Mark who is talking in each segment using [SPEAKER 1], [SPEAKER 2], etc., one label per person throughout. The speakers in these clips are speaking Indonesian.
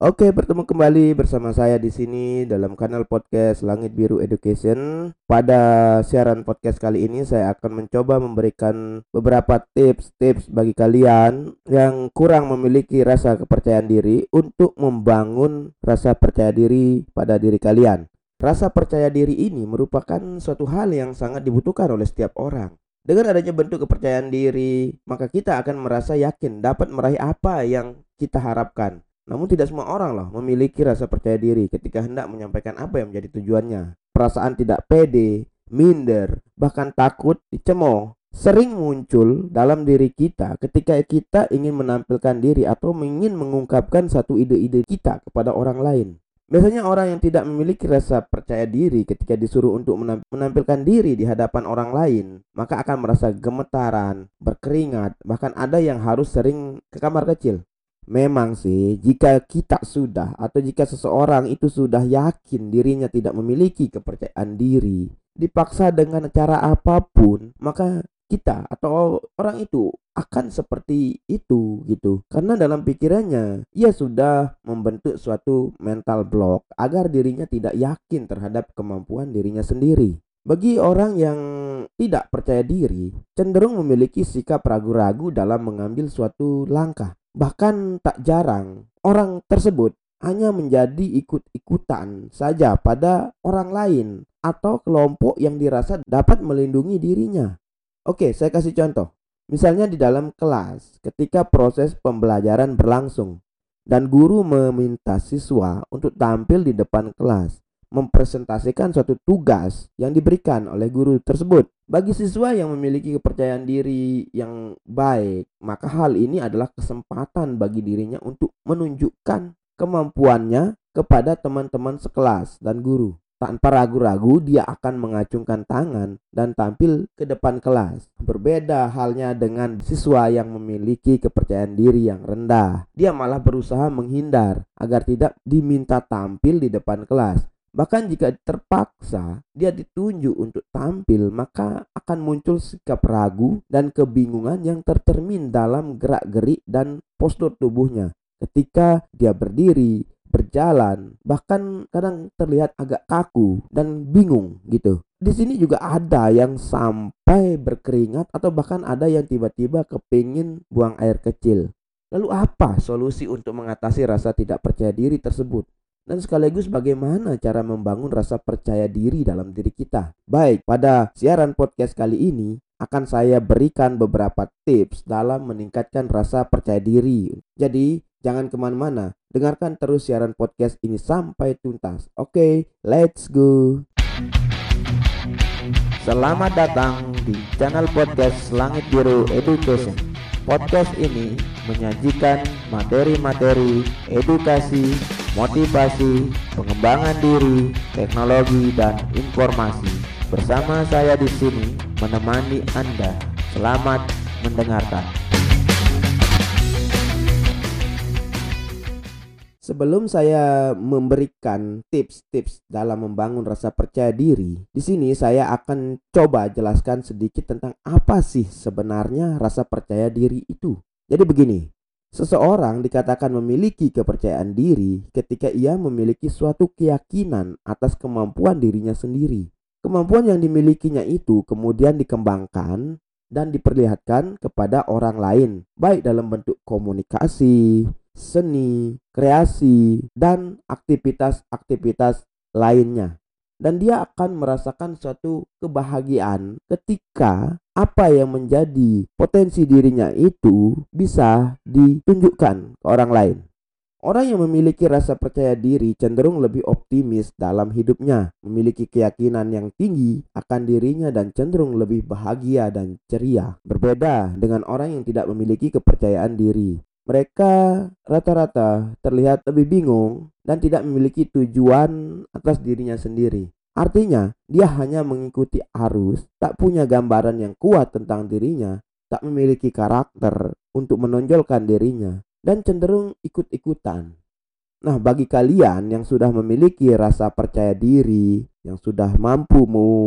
[SPEAKER 1] Oke, bertemu kembali bersama saya di sini dalam kanal podcast Langit Biru Education. Pada siaran podcast kali ini saya akan mencoba memberikan beberapa tips-tips bagi kalian yang kurang memiliki rasa kepercayaan diri untuk membangun rasa percaya diri pada diri kalian. Rasa percaya diri ini merupakan suatu hal yang sangat dibutuhkan oleh setiap orang. Dengan adanya bentuk kepercayaan diri, maka kita akan merasa yakin dapat meraih apa yang kita harapkan. Namun tidak semua orang loh memiliki rasa percaya diri ketika hendak menyampaikan apa yang menjadi tujuannya. Perasaan tidak pede, minder, bahkan takut, dicemooh sering muncul dalam diri kita ketika kita ingin menampilkan diri atau ingin mengungkapkan satu ide-ide kita kepada orang lain. Biasanya orang yang tidak memiliki rasa percaya diri ketika disuruh untuk menampilkan diri di hadapan orang lain, maka akan merasa gemetaran, berkeringat, bahkan ada yang harus sering ke kamar kecil. Memang sih, jika kita sudah atau jika seseorang itu sudah yakin dirinya tidak memiliki kepercayaan diri, dipaksa dengan cara apapun, maka kita atau orang itu akan seperti itu gitu. Karena dalam pikirannya, ia sudah membentuk suatu mental block agar dirinya tidak yakin terhadap kemampuan dirinya sendiri. Bagi orang yang tidak percaya diri, cenderung memiliki sikap ragu-ragu dalam mengambil suatu langkah. Bahkan tak jarang orang tersebut hanya menjadi ikut-ikutan saja pada orang lain atau kelompok yang dirasa dapat melindungi dirinya. Oke, saya kasih contoh. Misalnya di dalam kelas, ketika proses pembelajaran berlangsung dan guru meminta siswa untuk tampil di depan kelas, mempresentasikan suatu tugas yang diberikan oleh guru tersebut. Bagi siswa yang memiliki kepercayaan diri yang baik, maka hal ini adalah kesempatan bagi dirinya untuk menunjukkan kemampuannya kepada teman-teman sekelas dan guru. Tanpa ragu-ragu dia akan mengacungkan tangan dan tampil ke depan kelas. Berbeda halnya dengan siswa yang memiliki kepercayaan diri yang rendah. Dia malah berusaha menghindar agar tidak diminta tampil di depan kelas. Bahkan jika terpaksa dia ditunjuk untuk tampil, maka akan muncul sikap ragu dan kebingungan yang tercermin dalam gerak-gerik dan postur tubuhnya. Ketika dia berdiri, berjalan, bahkan kadang terlihat agak kaku dan bingung gitu. Di sini juga ada yang sampai berkeringat atau bahkan ada yang tiba-tiba kepingin buang air kecil. Lalu apa solusi untuk mengatasi rasa tidak percaya diri tersebut? Dan sekaligus bagaimana cara membangun rasa percaya diri dalam diri kita? Baik, pada siaran podcast kali ini akan saya berikan beberapa tips dalam meningkatkan rasa percaya diri. Jadi jangan kemana-mana, dengarkan terus siaran podcast ini sampai tuntas. Oke, let's go. Selamat datang di channel podcast Langit Biru Education. Podcast ini menyajikan materi-materi edukasi, motivasi, pengembangan diri, teknologi, dan informasi. Bersama saya di sini menemani Anda. Selamat mendengarkan. Sebelum saya memberikan tips-tips dalam membangun rasa percaya diri, di sini saya akan coba jelaskan sedikit tentang apa sih sebenarnya rasa percaya diri itu. Jadi begini, seseorang dikatakan memiliki kepercayaan diri ketika ia memiliki suatu keyakinan atas kemampuan dirinya sendiri. Kemampuan yang dimilikinya itu kemudian dikembangkan dan diperlihatkan kepada orang lain, baik dalam bentuk komunikasi, seni, kreasi, dan aktivitas-aktivitas lainnya. Dan dia akan merasakan suatu kebahagiaan ketika apa yang menjadi potensi dirinya itu bisa ditunjukkan ke orang lain. Orang yang memiliki rasa percaya diri cenderung lebih optimis dalam hidupnya, memiliki keyakinan yang tinggi akan dirinya dan cenderung lebih bahagia dan ceria. Berbeda dengan orang yang tidak memiliki kepercayaan diri. Mereka rata-rata terlihat lebih bingung dan tidak memiliki tujuan atas dirinya sendiri. Artinya, dia hanya mengikuti arus, tak punya gambaran yang kuat tentang dirinya, tak memiliki karakter untuk menonjolkan dirinya, dan cenderung ikut-ikutan. Nah, bagi kalian yang sudah memiliki rasa percaya diri, yang sudah mampu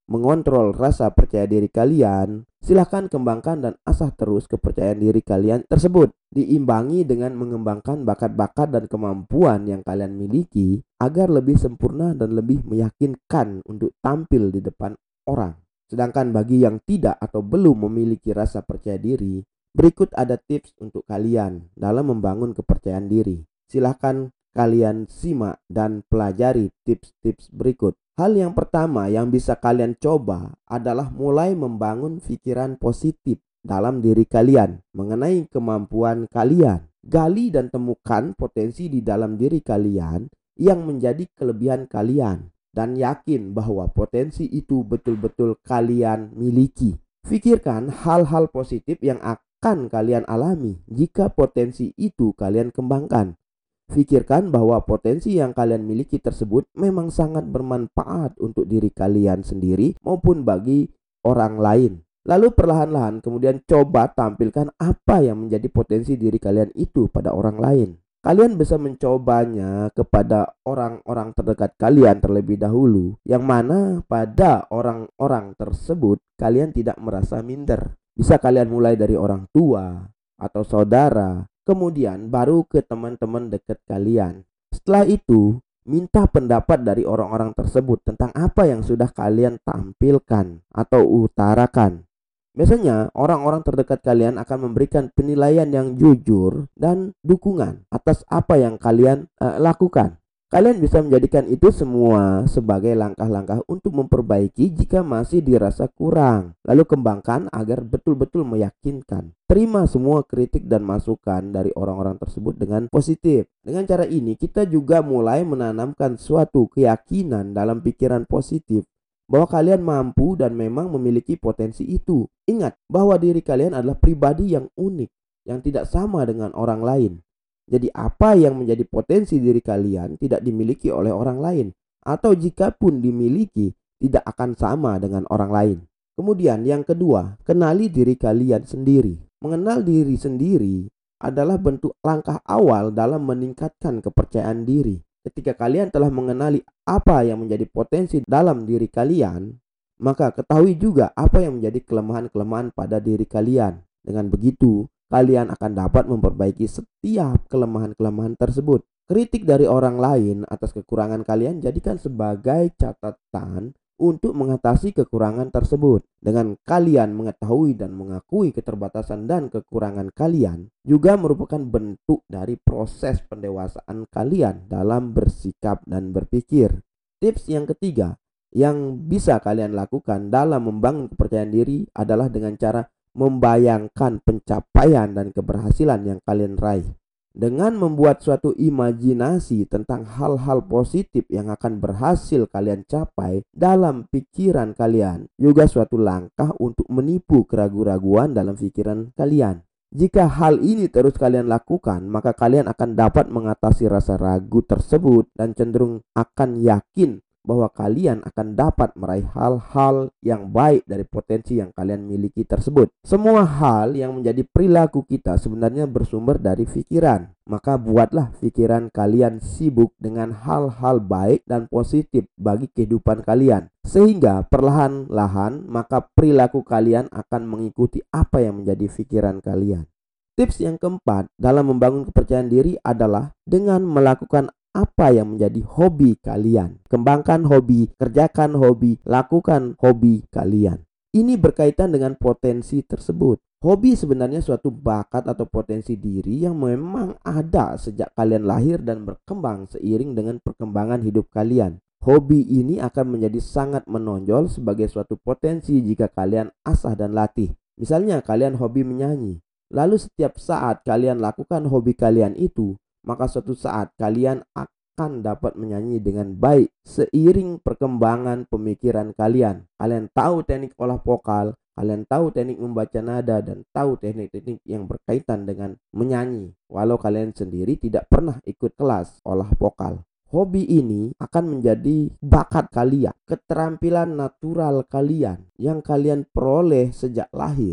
[SPEAKER 1] mengontrol rasa percaya diri kalian, silahkan kembangkan dan asah terus kepercayaan diri kalian tersebut, diimbangi dengan mengembangkan bakat-bakat dan kemampuan yang kalian miliki agar lebih sempurna dan lebih meyakinkan untuk tampil di depan orang. Sedangkan bagi yang tidak atau belum memiliki rasa percaya diri, berikut ada tips untuk kalian dalam membangun kepercayaan diri. Silahkan kalian simak dan pelajari tips-tips berikut. Hal yang pertama yang bisa kalian coba adalah mulai membangun pikiran positif dalam diri kalian mengenai kemampuan kalian. Gali dan temukan potensi di dalam diri kalian yang menjadi kelebihan kalian dan yakin bahwa potensi itu betul-betul kalian miliki. Pikirkan hal-hal positif yang akan kalian alami jika potensi itu kalian kembangkan. Pikirkan bahwa potensi yang kalian miliki tersebut memang sangat bermanfaat untuk diri kalian sendiri maupun bagi orang lain. Lalu perlahan-lahan kemudian coba tampilkan apa yang menjadi potensi diri kalian itu pada orang lain. Kalian bisa mencobanya kepada orang-orang terdekat kalian terlebih dahulu, yang mana pada orang-orang tersebut kalian tidak merasa minder. Bisa kalian mulai dari orang tua atau saudara, kemudian baru ke teman-teman dekat kalian. Setelah itu, minta pendapat dari orang-orang tersebut tentang apa yang sudah kalian tampilkan atau utarakan. Biasanya orang-orang terdekat kalian akan memberikan penilaian yang jujur dan dukungan atas apa yang kalian lakukan. Kalian bisa menjadikan itu semua sebagai langkah-langkah untuk memperbaiki jika masih dirasa kurang. Lalu kembangkan agar betul-betul meyakinkan. Terima semua kritik dan masukan dari orang-orang tersebut dengan positif. Dengan cara ini kita juga mulai menanamkan suatu keyakinan dalam pikiran positif bahwa kalian mampu dan memang memiliki potensi itu. Ingat bahwa diri kalian adalah pribadi yang unik, yang tidak sama dengan orang lain. Jadi apa yang menjadi potensi diri kalian tidak dimiliki oleh orang lain, atau jikapun dimiliki tidak akan sama dengan orang lain. Kemudian yang kedua, kenali diri kalian sendiri. Mengenal diri sendiri adalah bentuk langkah awal dalam meningkatkan kepercayaan diri. Ketika kalian telah mengenali apa yang menjadi potensi dalam diri kalian, maka ketahui juga apa yang menjadi kelemahan-kelemahan pada diri kalian. Dengan begitu, kalian akan dapat memperbaiki setiap kelemahan-kelemahan tersebut. Kritik dari orang lain atas kekurangan kalian jadikan sebagai catatan untuk mengatasi kekurangan tersebut. Dengan kalian mengetahui dan mengakui keterbatasan dan kekurangan kalian, juga merupakan bentuk dari proses pendewasaan kalian dalam bersikap dan berpikir. Tips yang ketiga yang bisa kalian lakukan dalam membangun kepercayaan diri adalah dengan cara membayangkan pencapaian dan keberhasilan yang kalian raih. Dengan membuat suatu imajinasi tentang hal-hal positif yang akan berhasil kalian capai dalam pikiran kalian, juga suatu langkah untuk menipu keraguan-raguan dalam pikiran kalian. Jika hal ini terus kalian lakukan, maka kalian akan dapat mengatasi rasa ragu tersebut dan cenderung akan yakin bahwa kalian akan dapat meraih hal-hal yang baik dari potensi yang kalian miliki tersebut. Semua hal yang menjadi perilaku kita sebenarnya bersumber dari pikiran. Maka buatlah pikiran kalian sibuk dengan hal-hal baik dan positif bagi kehidupan kalian. Sehingga perlahan-lahan maka perilaku kalian akan mengikuti apa yang menjadi pikiran kalian. Tips yang keempat dalam membangun kepercayaan diri adalah dengan melakukan apa yang menjadi hobi kalian. Kembangkan hobi, kerjakan hobi, lakukan hobi kalian. Ini berkaitan dengan potensi tersebut. Hobi sebenarnya suatu bakat atau potensi diri yang memang ada sejak kalian lahir dan berkembang seiring dengan perkembangan hidup kalian. Hobi ini akan menjadi sangat menonjol sebagai suatu potensi jika kalian asah dan latih. Misalnya kalian hobi menyanyi. Lalu setiap saat kalian lakukan hobi kalian itu, maka suatu saat kalian akan dapat menyanyi dengan baik seiring perkembangan pemikiran kalian. Kalian tahu teknik olah vokal, kalian tahu teknik membaca nada, dan tahu teknik-teknik yang berkaitan dengan menyanyi. Walau kalian sendiri tidak pernah ikut kelas olah vokal. Hobi ini akan menjadi bakat kalian, keterampilan natural kalian yang kalian peroleh sejak lahir.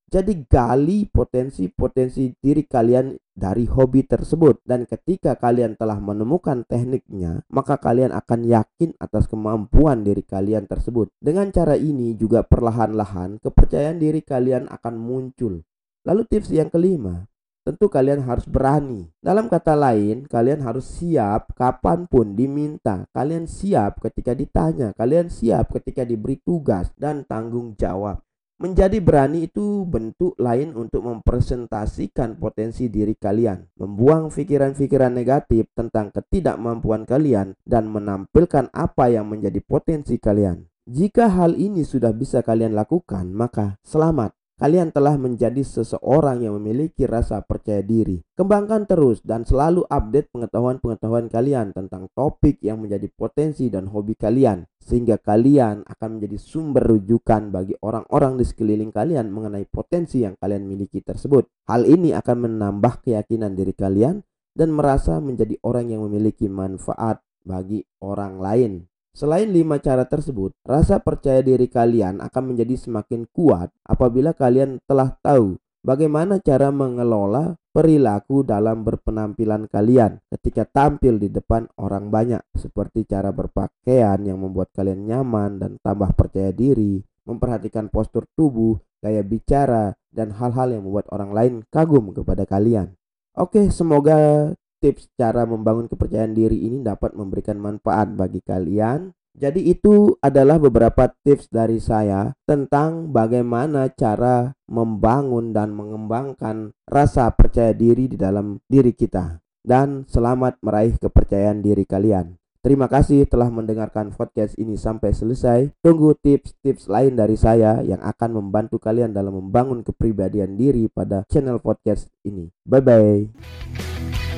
[SPEAKER 1] Jadi gali potensi-potensi diri kalian dari hobi tersebut, dan ketika kalian telah menemukan tekniknya, maka kalian akan yakin atas kemampuan diri kalian tersebut. Dengan cara ini juga perlahan-lahan kepercayaan diri kalian akan muncul. Lalu tips yang kelima, tentu kalian harus berani. Dalam kata lain, kalian harus siap kapanpun diminta. Kalian siap ketika ditanya. Kalian siap ketika diberi tugas dan tanggung jawab. Menjadi berani itu bentuk lain untuk mempresentasikan potensi diri kalian, membuang pikiran-pikiran negatif tentang ketidakmampuan kalian, dan menampilkan apa yang menjadi potensi kalian. Jika hal ini sudah bisa kalian lakukan, maka selamat. Kalian telah menjadi seseorang yang memiliki rasa percaya diri. Kembangkan terus dan selalu update pengetahuan-pengetahuan kalian tentang topik yang menjadi potensi dan hobi kalian, sehingga kalian akan menjadi sumber rujukan bagi orang-orang di sekeliling kalian mengenai potensi yang kalian miliki tersebut. Hal ini akan menambah keyakinan diri kalian dan merasa menjadi orang yang memiliki manfaat bagi orang lain. Selain 5 cara tersebut, rasa percaya diri kalian akan menjadi semakin kuat apabila kalian telah tahu bagaimana cara mengelola perilaku dalam berpenampilan kalian ketika tampil di depan orang banyak, seperti cara berpakaian yang membuat kalian nyaman dan tambah percaya diri, memperhatikan postur tubuh, gaya bicara, dan hal-hal yang membuat orang lain kagum kepada kalian. Oke, semoga tips cara membangun kepercayaan diri ini dapat memberikan manfaat bagi kalian. Jadi itu adalah beberapa tips dari saya tentang bagaimana cara membangun dan mengembangkan rasa percaya diri di dalam diri kita. Dan selamat meraih kepercayaan diri kalian. Terima kasih telah mendengarkan podcast ini sampai selesai. Tunggu tips-tips lain dari saya yang akan membantu kalian dalam membangun kepribadian diri pada channel podcast ini. Bye-bye.